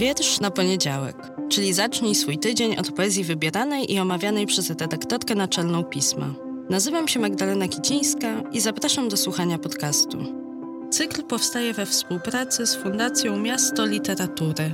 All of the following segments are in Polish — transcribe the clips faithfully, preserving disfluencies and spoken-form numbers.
Wiersz na poniedziałek, czyli zacznij swój tydzień od poezji wybieranej i omawianej przez redaktorkę naczelną pisma. Nazywam się Magdalena Kicińska i zapraszam do słuchania podcastu. Cykl powstaje we współpracy z Fundacją Miasto Literatury.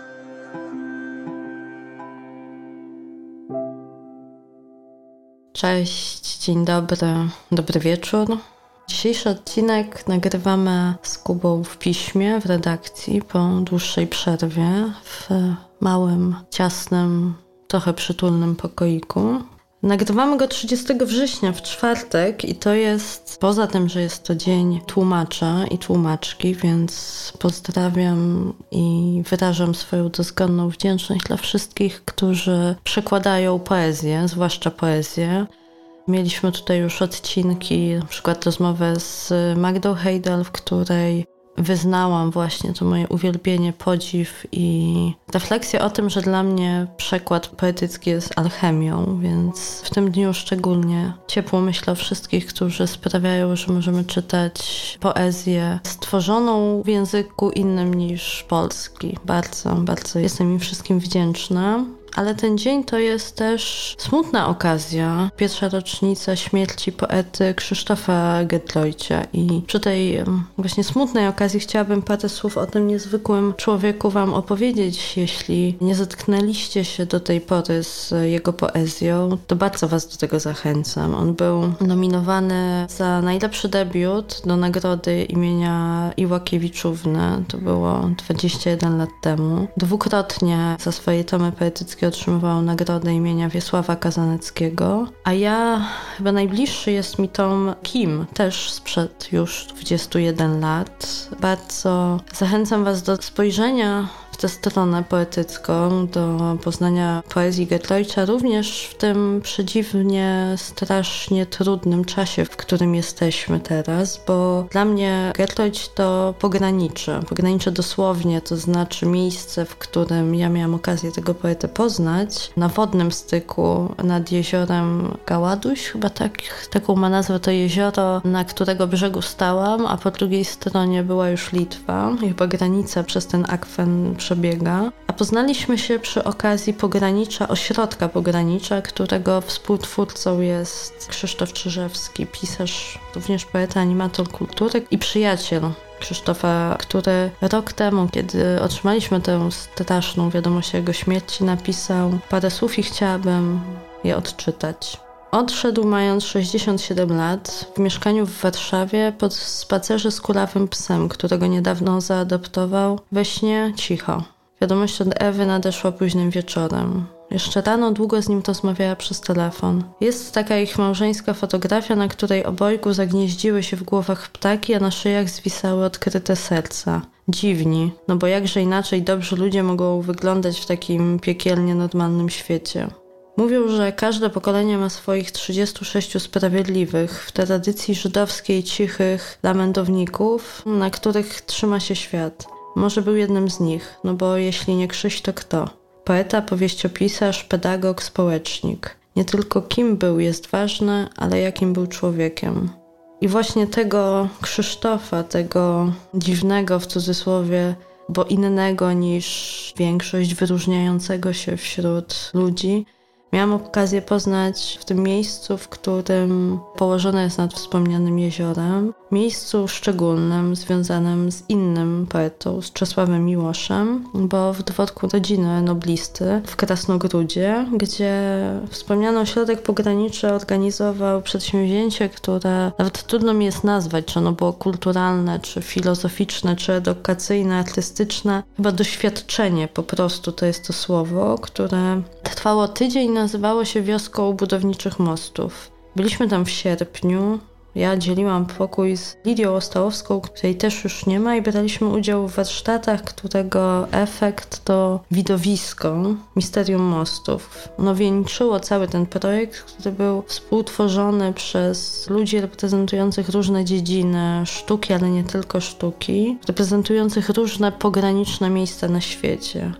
Cześć, dzień dobry, dobry wieczór. Dzisiejszy odcinek nagrywamy z Kubą w piśmie, w redakcji po dłuższej przerwie w małym, ciasnym, trochę przytulnym pokoiku. Nagrywamy go trzydziestego września w czwartek i to jest, poza tym, że jest to dzień tłumacza i tłumaczki, więc pozdrawiam i wyrażam swoją dozgonną wdzięczność dla wszystkich, którzy przekładają poezję, zwłaszcza poezję. Mieliśmy tutaj już odcinki, na przykład rozmowę z Magdą Hejdel, w której wyznałam właśnie to moje uwielbienie, podziw i refleksję o tym, że dla mnie przekład poetycki jest alchemią, więc w tym dniu szczególnie ciepło myślę o wszystkich, którzy sprawiają, że możemy czytać poezję stworzoną w języku innym niż polski. Bardzo, bardzo jestem im wszystkim wdzięczna. Ale ten dzień to jest też smutna okazja. Pierwsza rocznica śmierci poety Krzysztofa Gedloycia. I przy tej właśnie smutnej okazji chciałabym parę słów o tym niezwykłym człowieku wam opowiedzieć. Jeśli nie zetknęliście się do tej pory z jego poezją, to bardzo was do tego zachęcam. On był nominowany za najlepszy debiut do nagrody imienia Iłakiewiczówny. To było dwadzieścia jeden lat temu. Dwukrotnie za swoje tomy poetyckie otrzymywał nagrodę imienia Wiesława Kazaneckiego, a ja, chyba najbliższy jest mi tom Kim, też sprzed już dwudziestu jeden lat. Bardzo zachęcam was do spojrzenia w tę stronę poetycką, do poznania poezji Gedloycia, również w tym przedziwnie, strasznie trudnym czasie, w którym jesteśmy teraz, bo dla mnie Gedloyć to pogranicze, pogranicze dosłownie, to znaczy miejsce, w którym ja miałam okazję tego poetę poznać, na wodnym styku nad jeziorem Gaładuś, chyba tak, taką ma nazwę to jezioro, na którego brzegu stałam, a po drugiej stronie była już Litwa i chyba granica przez ten akwen przebiega. A poznaliśmy się przy okazji pogranicza, ośrodka pogranicza, którego współtwórcą jest Krzysztof Czyżewski, pisarz, również poeta, animator kultury i przyjaciel Krzysztofa, który rok temu, kiedy otrzymaliśmy tę straszną wiadomość o jego śmierci, napisał parę słów i chciałabym je odczytać. Odszedł mając sześćdziesiąt siedem lat w mieszkaniu w Warszawie po spacerze z kulawym psem, którego niedawno zaadoptował. We śnie cicho. Wiadomość od Ewy nadeszła późnym wieczorem. Jeszcze rano długo z nim rozmawiała przez telefon. Jest taka ich małżeńska fotografia, na której obojgu zagnieździły się w głowach ptaki, a na szyjach zwisały odkryte serca. Dziwni, no bo jakże inaczej dobrzy ludzie mogą wyglądać w takim piekielnie normalnym świecie. Mówią, że każde pokolenie ma swoich trzydziestu sześciu sprawiedliwych, w tradycji żydowskiej cichych lamentowników, na których trzyma się świat. Może był jednym z nich, no bo jeśli nie Krzyś, to kto? Poeta, powieściopisarz, pedagog, społecznik. Nie tylko kim był jest ważne, ale jakim był człowiekiem. I właśnie tego Krzysztofa, tego dziwnego w cudzysłowie, bo innego niż większość, wyróżniającego się wśród ludzi, miałam okazję poznać w tym miejscu, w którym położone jest nad wspomnianym jeziorem. Miejscu szczególnym, związanym z innym poetą, z Czesławem Miłoszem, bo w dworku rodziny noblisty w Krasnogródzie, gdzie wspomniany ośrodek pograniczy organizował przedsięwzięcie, które nawet trudno mi jest nazwać, czy ono było kulturalne, czy filozoficzne, czy edukacyjne, artystyczne. Chyba doświadczenie po prostu to jest to słowo, które trwało tydzień, nazywało się Wioską Budowniczych Mostów. Byliśmy tam w sierpniu. Ja dzieliłam pokój z Lidią Ostałowską, której też już nie ma, i braliśmy udział w warsztatach, którego efekt to widowisko Misterium Mostów. No wieńczyło cały ten projekt, który był współtworzony przez ludzi reprezentujących różne dziedziny sztuki, ale nie tylko sztuki, reprezentujących różne pograniczne miejsca na świecie.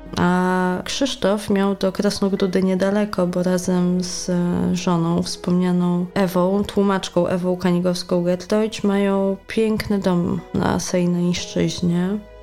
A Krzysztof miał do Krasnogródy niedaleko, bo razem z żoną, wspomnianą Ewą, tłumaczką Ewą Kanigowską-Gedloyć, mają piękny dom na Sejneńszczyźnie.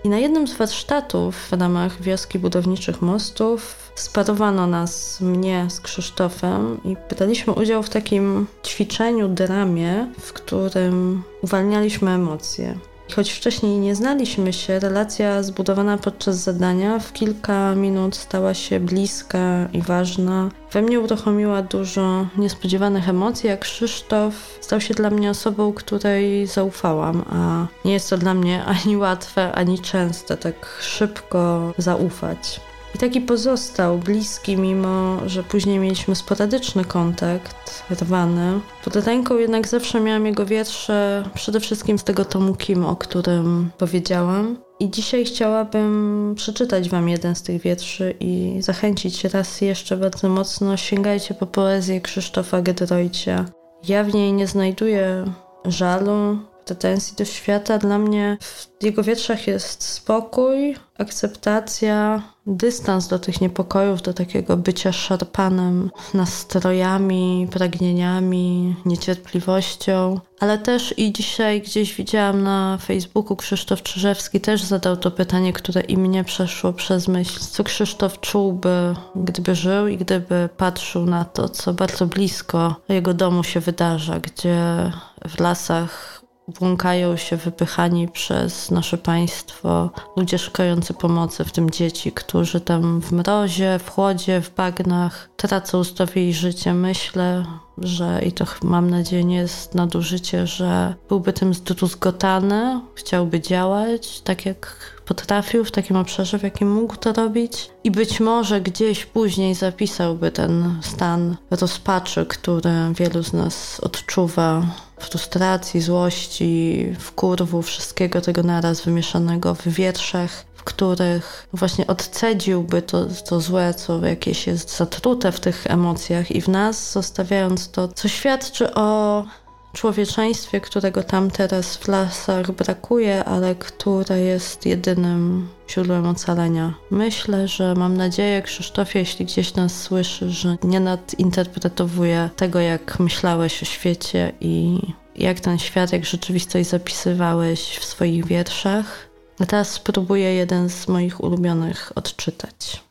I na jednym z warsztatów w ramach Wioski Budowniczych Mostów sparowano nas, mnie z Krzysztofem i braliśmy udział w takim ćwiczeniu, dramie, w którym uwalnialiśmy emocje. I choć wcześniej nie znaliśmy się, relacja zbudowana podczas zadania w kilka minut stała się bliska i ważna. We mnie uruchomiła dużo niespodziewanych emocji, a Krzysztof stał się dla mnie osobą, której zaufałam, a nie jest to dla mnie ani łatwe, ani częste tak szybko zaufać. I taki pozostał bliski, mimo że później mieliśmy sporadyczny kontakt, rwany. Pod ręką jednak zawsze miałam jego wiersze, przede wszystkim z tego tomu Kim, o którym powiedziałam. I dzisiaj chciałabym przeczytać wam jeden z tych wierszy i zachęcić raz jeszcze bardzo mocno. Sięgajcie po poezję Krzysztofa Giedroycia. Ja w niej nie znajduję żalu, pretensji do świata. Dla mnie w jego wierszach jest spokój, akceptacja, dystans do tych niepokojów, do takiego bycia szarpanym nastrojami, pragnieniami, niecierpliwością. Ale też i dzisiaj gdzieś widziałam na Facebooku, Krzysztof Czyżewski też zadał to pytanie, które i mnie przeszło przez myśl. Co Krzysztof czułby, gdyby żył i gdyby patrzył na to, co bardzo blisko jego domu się wydarza, gdzie w lasach błąkają się wypychani przez nasze państwo ludzie szukający pomocy, w tym dzieci, którzy tam w mrozie, w chłodzie, w bagnach tracą zdrowie i życie. Myślę, że i to mam nadzieję nie jest nadużycie, że byłby tym zdruzgotany, chciałby działać tak jak potrafił w takim obszarze, w jakim mógł to robić i być może gdzieś później zapisałby ten stan rozpaczy, który wielu z nas odczuwa, frustracji, złości, wkurwu, wszystkiego tego naraz wymieszanego w wierszach, w których właśnie odcedziłby to, to złe, co jakieś jest zatrute w tych emocjach i w nas, zostawiając to, co świadczy o człowieczeństwie, którego tam teraz w lasach brakuje, ale które jest jedynym źródłem ocalenia. Myślę, że mam nadzieję, Krzysztofie, jeśli gdzieś nas słyszy, że nie nadinterpretowuje tego, jak myślałeś o świecie i jak ten świat, jak rzeczywistość zapisywałeś w swoich wierszach. A teraz spróbuję jeden z moich ulubionych odczytać.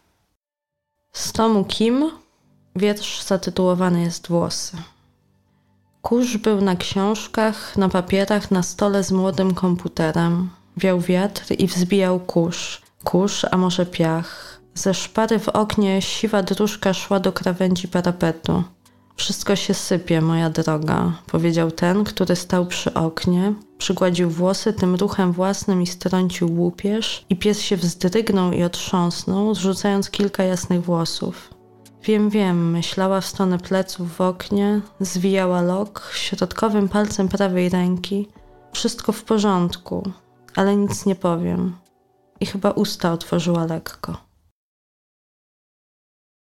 Z tomu Kim wiersz zatytułowany jest Włosy. Kurz był na książkach, na papierach, na stole z młodym komputerem. Wiał wiatr i wzbijał kurz. Kurz, a może piach. Ze szpary w oknie siwa dróżka szła do krawędzi parapetu. Wszystko się sypie, moja droga, powiedział ten, który stał przy oknie. Przygładził włosy tym ruchem własnym i strącił łupież i pies się wzdrygnął i otrząsnął, zrzucając kilka jasnych włosów. Wiem, wiem, myślała w stronę pleców w oknie, zwijała lok środkowym palcem prawej ręki. Wszystko w porządku, ale nic nie powiem. I chyba usta otworzyła lekko.